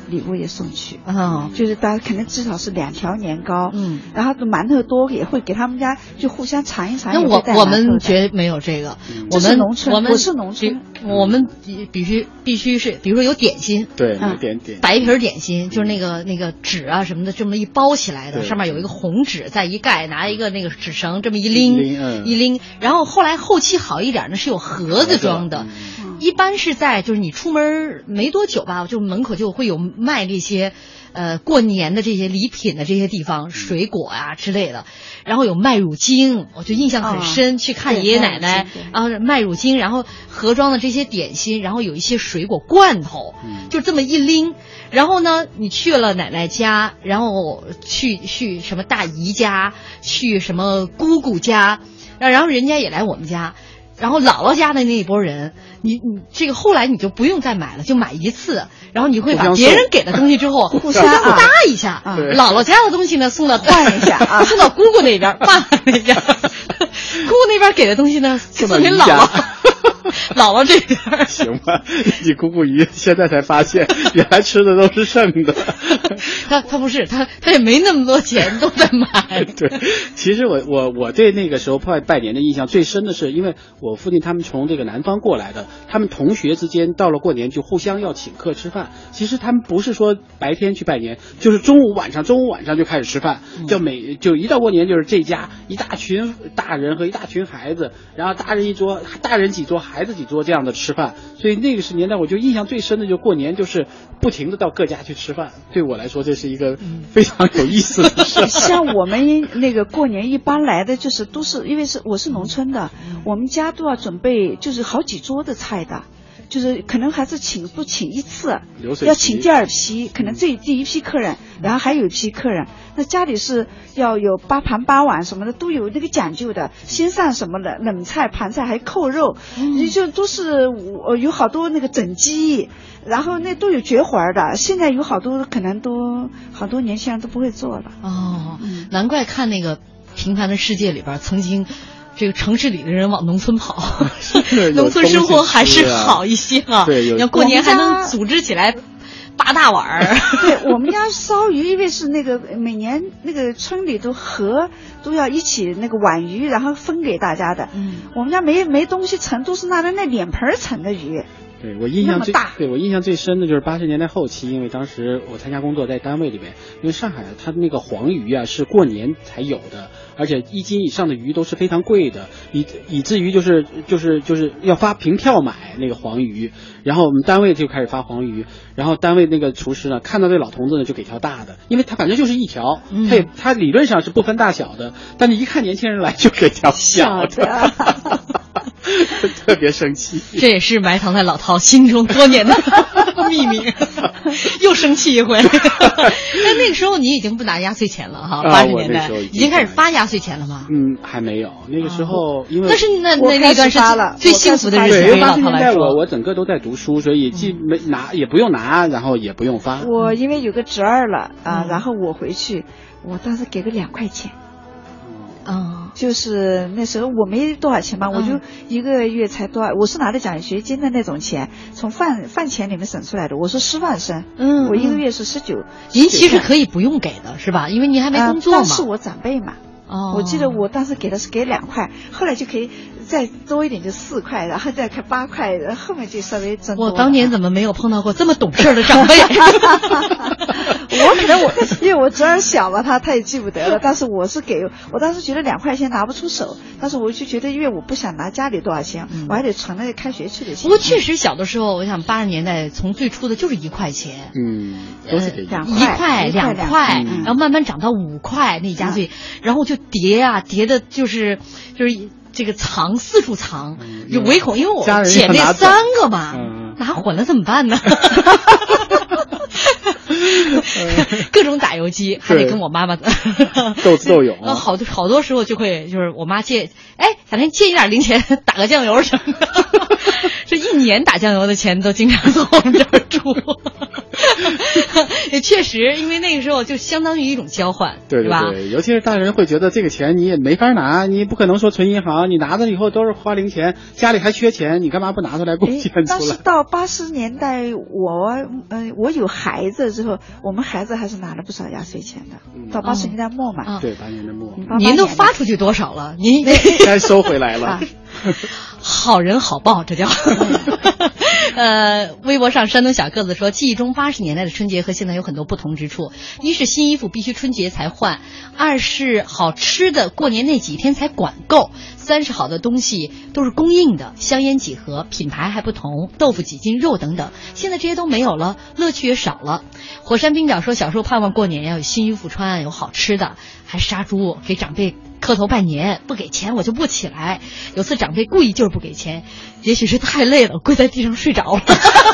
礼物也送去，就是大家可能至少是2条年糕，然后馒头多也会给他们家就互相尝一尝。 那我们绝没有这个，我们农村，我是农村， 我们必须是，比如说有点心， 对，有点白皮点心，就是那个纸啊什么的，这么一包起来的，上面有一个红纸，再一盖，拿一个那个纸绳这么一拎，然后后期好一点呢是有盒子装的。一般是在就是你出门没多久吧，就门口就会有卖这些过年的这些礼品的这些地方，水果啊之类的，然后有卖乳精，我就印象很深，去看爷爷奶奶，然后卖乳精，然后盒装的这些点心，然后有一些水果罐头，就这么一拎，然后呢你去了奶奶家，然后去什么大姨家，去什么姑姑家，然后人家也来我们家，然后姥姥家的那一拨人，你这个后来你就不用再买了，就买一次，然后你会把别人给的东西之后互相搭一下，姥姥家的东西呢送到换一下送到姑姑那边，爸爸那边，姑姑那边给的东西呢送给姥姥。姥姥这边行吧，你姑姑姨现在才发现，原来吃的都是剩的。 他不是他也没那么多钱，都在买。 对，其实我对那个时候拜年的印象最深的是，因为我父亲他们从这个南方过来的，他们同学之间到了过年就互相要请客吃饭。其实他们不是说白天去拜年，就是中午晚上就开始吃饭，就一到过年就是这家一大群大人和一大群孩子，然后大人一桌，大人几桌，孩子几桌这样的吃饭。所以那个是年代我就印象最深的，就过年就是不停的到各家去吃饭。对我来说这是一个非常有意思的事。 像我们那个过年一般来的就是都是因为我是农村的，我们家都要准备就是好几桌的菜的。就是可能还是不请一次，要请第二批，可能第一批客人，然后还有一批客人。那家里是要有8盘8碗什么的，都有那个讲究的。先上什么冷菜、盘菜，还扣肉，就都是有好多那个整鸡，然后那都有绝活的。现在有好多可能都好多年轻人都不会做了。 难怪看那个《平凡的世界》里边曾经。这个城市里的人往农村跑，农村生活还是好一些啊。 对， 要过年还能组织起来8大碗。 对，我们家烧鱼，因为是那个每年那个村里都要一起那个碗鱼，然后分给大家的。我们家没东西盛，都是拿着那脸盆盛的鱼。 对，我印象最深的就是80年代后期，因为当时我参加工作在单位里面，因为上海它那个黄鱼啊是过年才有的，而且1斤以上的鱼都是非常贵的，以至于就是要发凭票买那个黄鱼，然后我们单位就开始发黄鱼，然后单位那个厨师呢看到这老头子呢就给条大的，因为他反正就是一条，他理论上是不分大小的，但是一看年轻人来就给条小的。特别生气， 这也是埋藏在老陶心中多年的秘密，又生气一回。但那个时候你已经不拿压岁钱了哈，80年代已经开始发压岁钱了吗？ 还没有。那个时候因为但是那段是最幸福的日子，对于老陶来说。 我整个都在读书，所以既没拿也不用拿，然后也不用发。 我因为有个侄儿了然后我回去，我当时给个2块钱。就是那时候我没多少钱嘛，我就一个月才多少，我是拿的奖学金的那种钱，从饭钱里面省出来的。我是师范生，我一个月是19。 您其实可以不用给的是吧？因为您还没工作嘛。 但是我长辈嘛。我记得我当时给2块，后来就可以再多一点就4块，然后再开8块，然后后面就稍微增多。 我当年怎么没有碰到过这么懂事的长辈？ 因为我侄儿小嘛，他也记不得了。但是我当时觉得2块钱拿不出手，但是我就觉得因为我不想拿家里多少钱，我还得存那开学去的钱。 不过确实小的时候，我想80年代从最初的就是1块钱， 都是给 1块、 2块，然后慢慢涨到5块那压岁，然后就叠的就是这个四处藏，就唯恐因为我姐妹3个嘛，拿混了怎么办呢？各种打游击，还得跟我妈妈斗智斗勇。 好多时候就是我妈借小天借一点零钱打个酱油什么的，这1年打酱油的钱都经常从我们这儿出。 也确实，因为那个时候就相当于一种交换， 对对对，尤其是大人会觉得这个钱你也没法拿，你不可能说存银行，你拿着以后都是花零钱，家里还缺钱，你干嘛不拿出来贡献出来？ 但是到80年代，我有孩子之后，我们孩子还是拿了不少压岁钱的。到80年代末嘛， 对，80年代末， 您都发出去多少了？您该收回来了。 好人好报，这叫。微博上山东小个子说，记忆中80年代的春节和现在有很多不同之处，一是新衣服必须春节才换，二是好吃的过年那几天才管够，三是好的东西都是供应的，香烟几盒，品牌还不同，豆腐几斤，肉等等，现在这些都没有了，乐趣也少了。火山冰角说，小时候盼望过年要有新衣服穿，有好吃的，还杀猪给长辈磕头拜年，不给钱我就不起来。有次长辈故意就是不给钱，也许是太累了，跪在地上睡着了。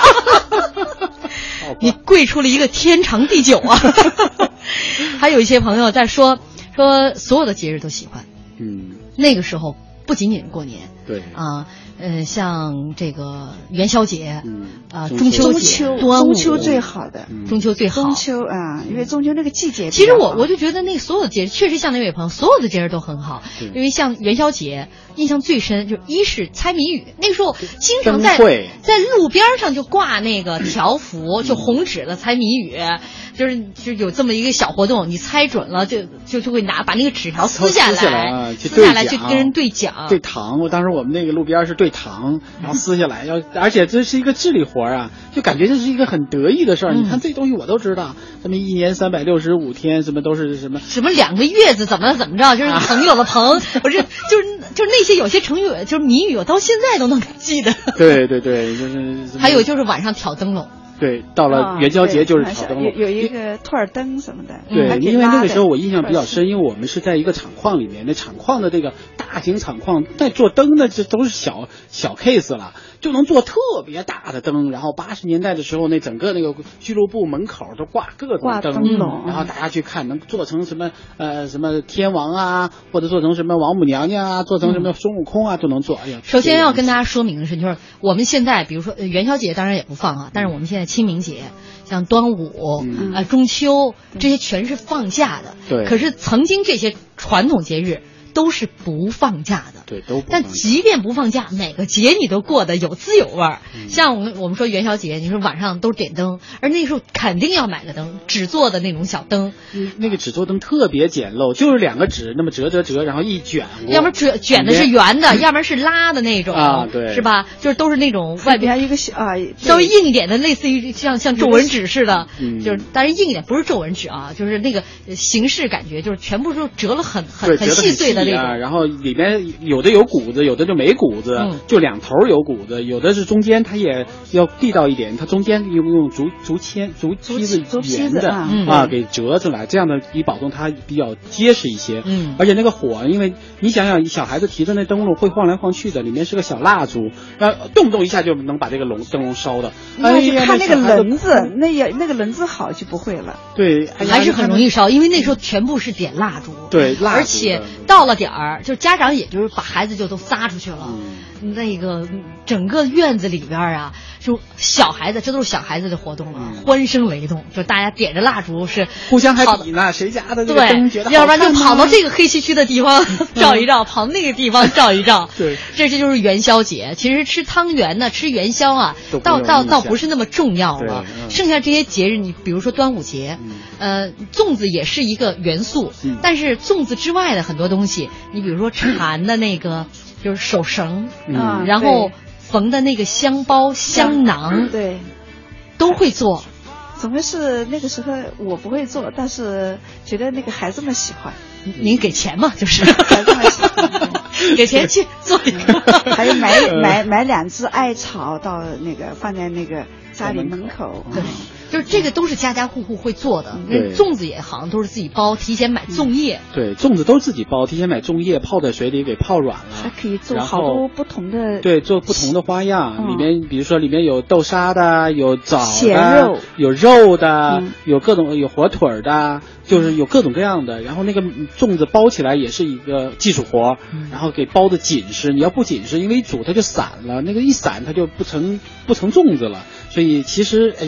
你跪出了一个天长地久啊！还有一些朋友在说所有的节日都喜欢，那个时候不仅仅是过年， 对啊。像这个元宵节，中秋节、端午， 中秋最好的， 中秋最好， 中秋啊，因为中秋那个季节。 其实我就觉得那所有的节日，确实像那位朋友，所有的节日都很好，因为像元宵节，印象最深就一是猜谜语，那个时候经常在路边上就挂那个条幅，就红纸的猜谜语。就有这么一个小活动，你猜准了就会把那个纸条撕下来去跟人对讲。 对糖，当时我们那个路边是对糖，然后撕下来而且这是一个智力活啊，就感觉这是一个很得意的事儿。你看这东西我都知道，什么1年365天，什么都是什么 2个月子怎么着，就是朋友的朋，我就是那些有些成语就是谜语，我到现在都能记得。 对对对，就是还有就是晚上挑灯笼。 对，到了元宵节就是挑灯笼， 有一个托尔灯什么的。 对，因为那个时候我印象比较深，因为我们是在一个厂矿里面，那厂矿的这个大型厂矿，在做灯的这都是小 case 了，就能做特别大的灯。然后80年代的时候，那整个那个俱乐部门口都挂各种灯笼，然后大家去看，能做成什么什么天王啊，或者做成什么王母娘娘啊，做成什么孙悟空啊，都能做。哎呀， 首先要跟大家说明的是，就是我们现在比如说元宵节当然也不放啊，但是我们现在清明节、像端午、中秋这些全是放假的。 对。 可是曾经这些传统节日都是不放假的。 对，都不放假。 但即便不放假，每个节你都过得有滋有味。像我们说元宵节，你说晚上都是点灯，而那时候肯定要买个灯，纸做的那种小灯。 那个纸做灯特别简陋，就是2个纸那么折，然后一卷过。 要不然卷的是圆的，要不然是拉的那种啊，对， 是吧？就是都是那种外边还一个稍微硬一点的，类似于像皱纹纸似的，就是但是硬一点，不是皱纹纸啊，就是那个形式感觉就是全部都折了很细碎的那种。 然后里边有的有骨子，有的就没骨子，就2头有骨子，有的是中间它也要地道一点，它中间用竹梯子圆的给折出来，这样的比保证它比较结实一些。而且那个火，因为你想想小孩子提着那灯笼会晃来晃去的，里面是个小蜡烛，动不动一下就能把这个灯笼烧的。 哎呀，看那个轮子，那个轮子好就不会了。 对， 还是很容易烧，因为那时候全部是点蜡烛。 对，蜡烛。 而且到了点儿，就家长也就是把孩子就都撒出去了。那个整个院子里边啊，就小孩子，这都是小孩子的活动了，欢声雷动，就大家点着蜡烛是互相还比呢，谁家的这个灯觉得好看， 要不然就跑到这个黑黢黢的地方照一照，跑到那个地方照一照。 对， 这就是元宵节。其实吃汤圆呢，吃元宵啊，倒不是那么重要了。剩下这些节日，你比如说端午节，粽子也是一个元素，但是粽子之外的很多东西，你比如说缠的那个。就是手绳，然后缝的那个香包、香囊， 对， 都会做。 总归是那个时候我不会做，但是觉得那个孩子们喜欢。 您给钱嘛，就是孩子们喜欢， 给钱去做一个。 还有买2只艾草到那个放在那个家里门口。 对。就是这个都是家家户户会做的，那粽子也好像都是自己包，提前买粽叶。 对，粽子都是自己包，提前买粽叶，泡在水里给泡软了。 还可以做好多不同的。 对，做不同的花样，里面比如说里面有豆沙的，有枣的，有肉的，有各种有火腿的，就是有各种各样的。然后那个粽子包起来也是一个技术活，然后给包的紧实。你要不紧实，因为一煮它就散了，那个一散它就不成粽子了。所以其实哎呀。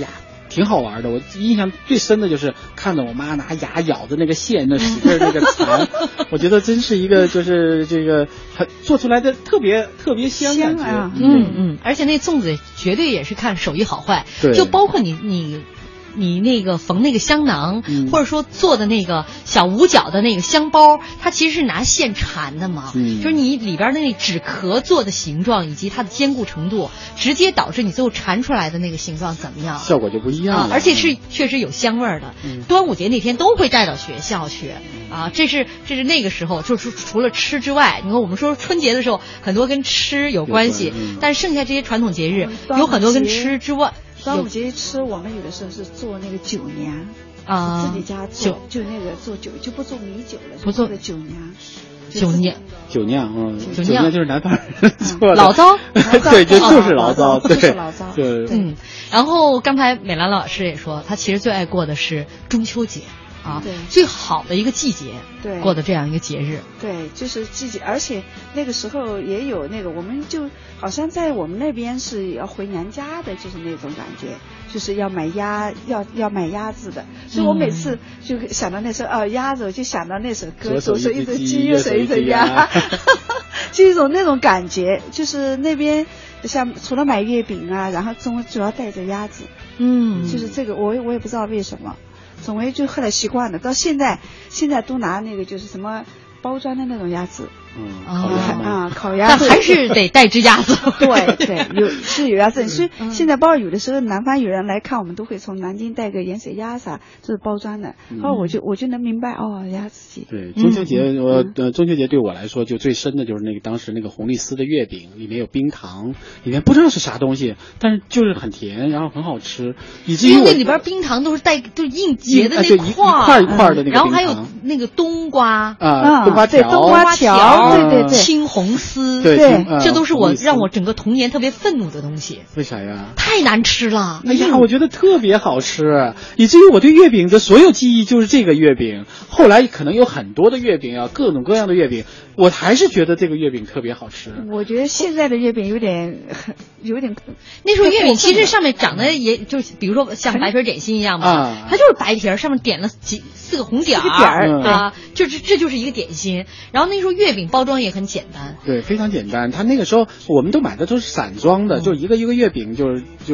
挺好玩的。我印象最深的就是看到我妈拿牙咬着那个线，那使劲那个缠，我觉得真是一个就是这个很做出来的特别香感觉。 而且那粽子绝对也是看手艺好坏， 对， 就包括你那个缝那个香囊，或者说做的那个小五角的那个香包，它其实是拿线缠的嘛，就是你里边的那纸壳做的形状以及它的坚固程度，直接导致你最后缠出来的那个形状怎么样， 效果就不一样了。 而且是确实有香味儿的。端午节那天都会带到学校去啊，这是那个时候，就是除了吃之外，你看我们说春节的时候很多跟吃有关系，但是剩下这些传统节日有很多跟吃之外。 端午节吃，我们有的时候是做那个酒娘啊，自己家做，就那个做酒，就不做米酒了，不做的酒娘。 酒酿， 酒酿就是南方人做的醪糟， 对，就是醪糟， 就是醪糟， 对。 然后刚才美兰老师也说，她其实最爱过的是中秋节。最好的一个季节， 对， 过的这样一个节日， 对，就是季节，而且那个时候也有那个，我们就好像在我们那边是要回娘家的，就是那种感觉，就是要买鸭，要买鸭子的，所以我每次就想到那时候鸭子，我就想到那首歌，左手一只鸡，右手一只鸭，就一种那种感觉，就是那边像除了买月饼啊，然后主要带着鸭子，就是这个我也不知道为什么。总为就后来习惯了，到现在都拿那个就是什么包装的那种鸭子，烤鸭， 但还是得带只鸭子。 对，有鸭子，所以现在包括有的时候南方有人来看，我们都会从南京带个盐水鸭啥，这是包装的。后来我就能明白鸭子节。 对，中秋节中秋节对我来说就最深的就是那个当时那个红丽丝的月饼，里面有冰糖，里面不知道是啥东西，但是就是很甜，然后很好吃，以至于那里边冰糖都是应节的那一块的那个冰糖， 然后还有那个冬瓜冬瓜条， 冬瓜条，对， 青红丝， 对， 这都是让我整个童年特别愤怒的东西。 为啥呀？ 太难吃了。 哎呀，我觉得特别好吃，以至于我对月饼的所有记忆就是这个月饼。后来可能有很多的月饼啊，各种各样的月饼，我还是觉得这个月饼特别好吃。 我觉得现在的月饼有点， 那时候月饼其实上面长得也就是比如说像白皮点心一样嘛，它就是白皮上面点了4个红点儿啊，这就是一个点心。然后那时候月饼包装也很简单， 对，非常简单。他那个时候我们都买的都是散装的，就一个月饼就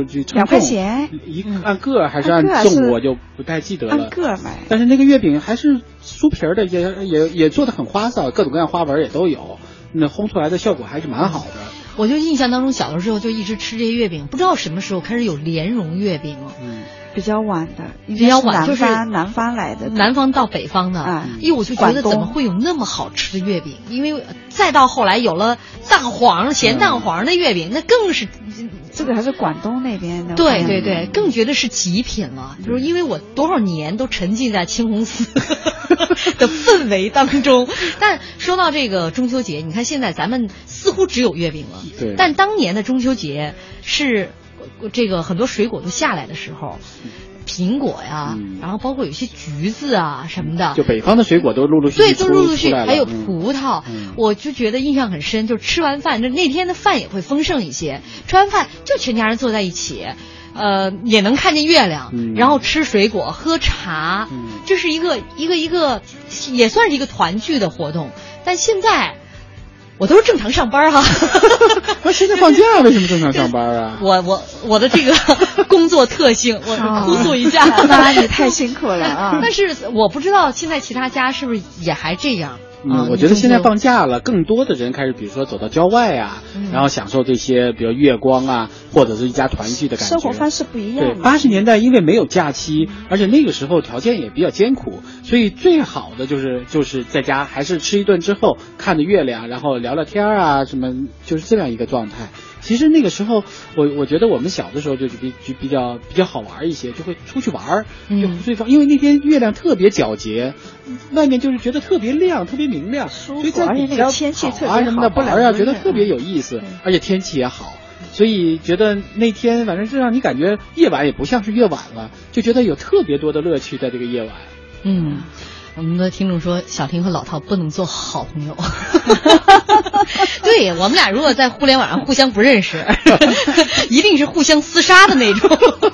2块钱， 按个还是按重，我就不太记得了。 按个买。 但是那个月饼还是酥皮的，也做的很花哨，各种各样花纹也都有，那烘出来的效果还是蛮好的。 我就印象当中小的时候就一直吃这些月饼，不知道什么时候开始有莲蓉月饼了。 比较晚的， 就是南方来的， 南方到北方的。我就觉得怎么会有那么好吃的月饼？因为再到后来有了咸蛋黄的月饼，那更是这个还是广东那边的。 对，更觉得是极品了。就是因为我多少年都沉浸在青红丝的氛围当中。但说到这个中秋节，你看现在咱们似乎只有月饼了， 对。 但当年的中秋节是这个很多水果都下来的时候，苹果呀，然后包括有些橘子啊什么的， 就北方的水果都陆陆续还有葡萄，我就觉得印象很深。就吃完饭，那天的饭也会丰盛一些。吃完饭就全家人坐在一起，也能看见月亮，然后吃水果、喝茶，这是一个也算是一个团聚的活动。但现在我都是正常上班哈。 那现在放假为什么正常上班啊？ 我的这个工作特性，我哭诉一下。 那你太辛苦了啊！ 但是我不知道现在其他家是不是也还这样。 我觉得现在放假了，更多的人开始，比如说走到郊外啊，然后享受这些，比如月光啊，或者是一家团聚的感觉。 生活方式不一样。 对，80年代因为没有假期，而且那个时候条件也比较艰苦，所以最好的就是在家还是吃一顿之后看着月亮，然后聊聊天啊，什么就是这样一个状态。其实那个时候，我觉得我们小的时候就比较好玩一些，就会出去玩，就所以因为那天月亮特别皎洁，外面就是觉得特别亮，特别明亮，所以在比较天气特别好什么的玩啊，觉得特别有意思，而且天气也好，所以觉得那天反正是让你感觉夜晚也不像是夜晚了，就觉得有特别多的乐趣在这个夜晚。 我们的听众说小婷和老陶不能做好朋友。对，我们俩如果在互联网上互相不认识，一定是互相厮杀的那种。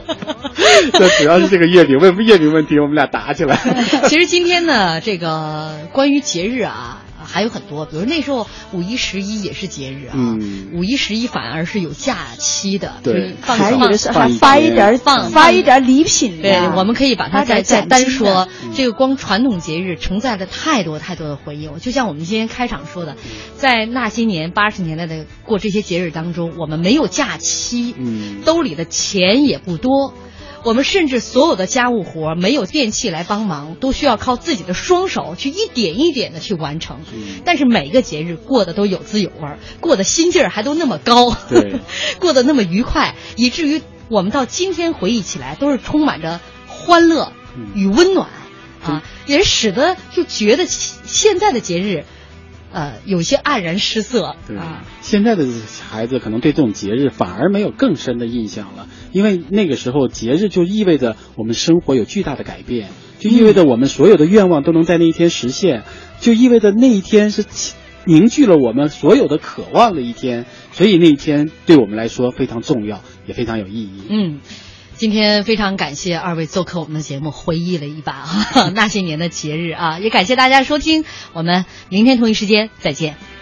这主要是这个月饼问题，我们俩打起来。 其实今天呢，这个关于节日啊。还有很多，比如那时候5、1、11也是节日啊。5、1、11反而是有假期的， 对， 还有的是还发一点礼品。 对，我们可以把它再单说。这个光传统节日承载了太多的回忆。就像我们今天开场说的，在那些年80年代的过这些节日当中，我们没有假期，兜里的钱也不多。我们甚至所有的家务活没有电器来帮忙，都需要靠自己的双手去一点一点的去完成。但是每个节日过得都有滋有味，过得心劲儿还都那么高， 对， 过得那么愉快，以至于我们到今天回忆起来都是充满着欢乐与温暖啊，也使得就觉得现在的节日有些黯然失色。 对啊，现在的孩子可能对这种节日反而没有更深的印象了，因为那个时候节日就意味着我们生活有巨大的改变，就意味着我们所有的愿望都能在那一天实现，就意味着那一天是凝聚了我们所有的渴望的一天，所以那一天对我们来说非常重要，也非常有意义。 今天非常感谢二位做客我们的节目，回忆了一把那些年的节日啊，也感谢大家收听，我们明天同一时间再见。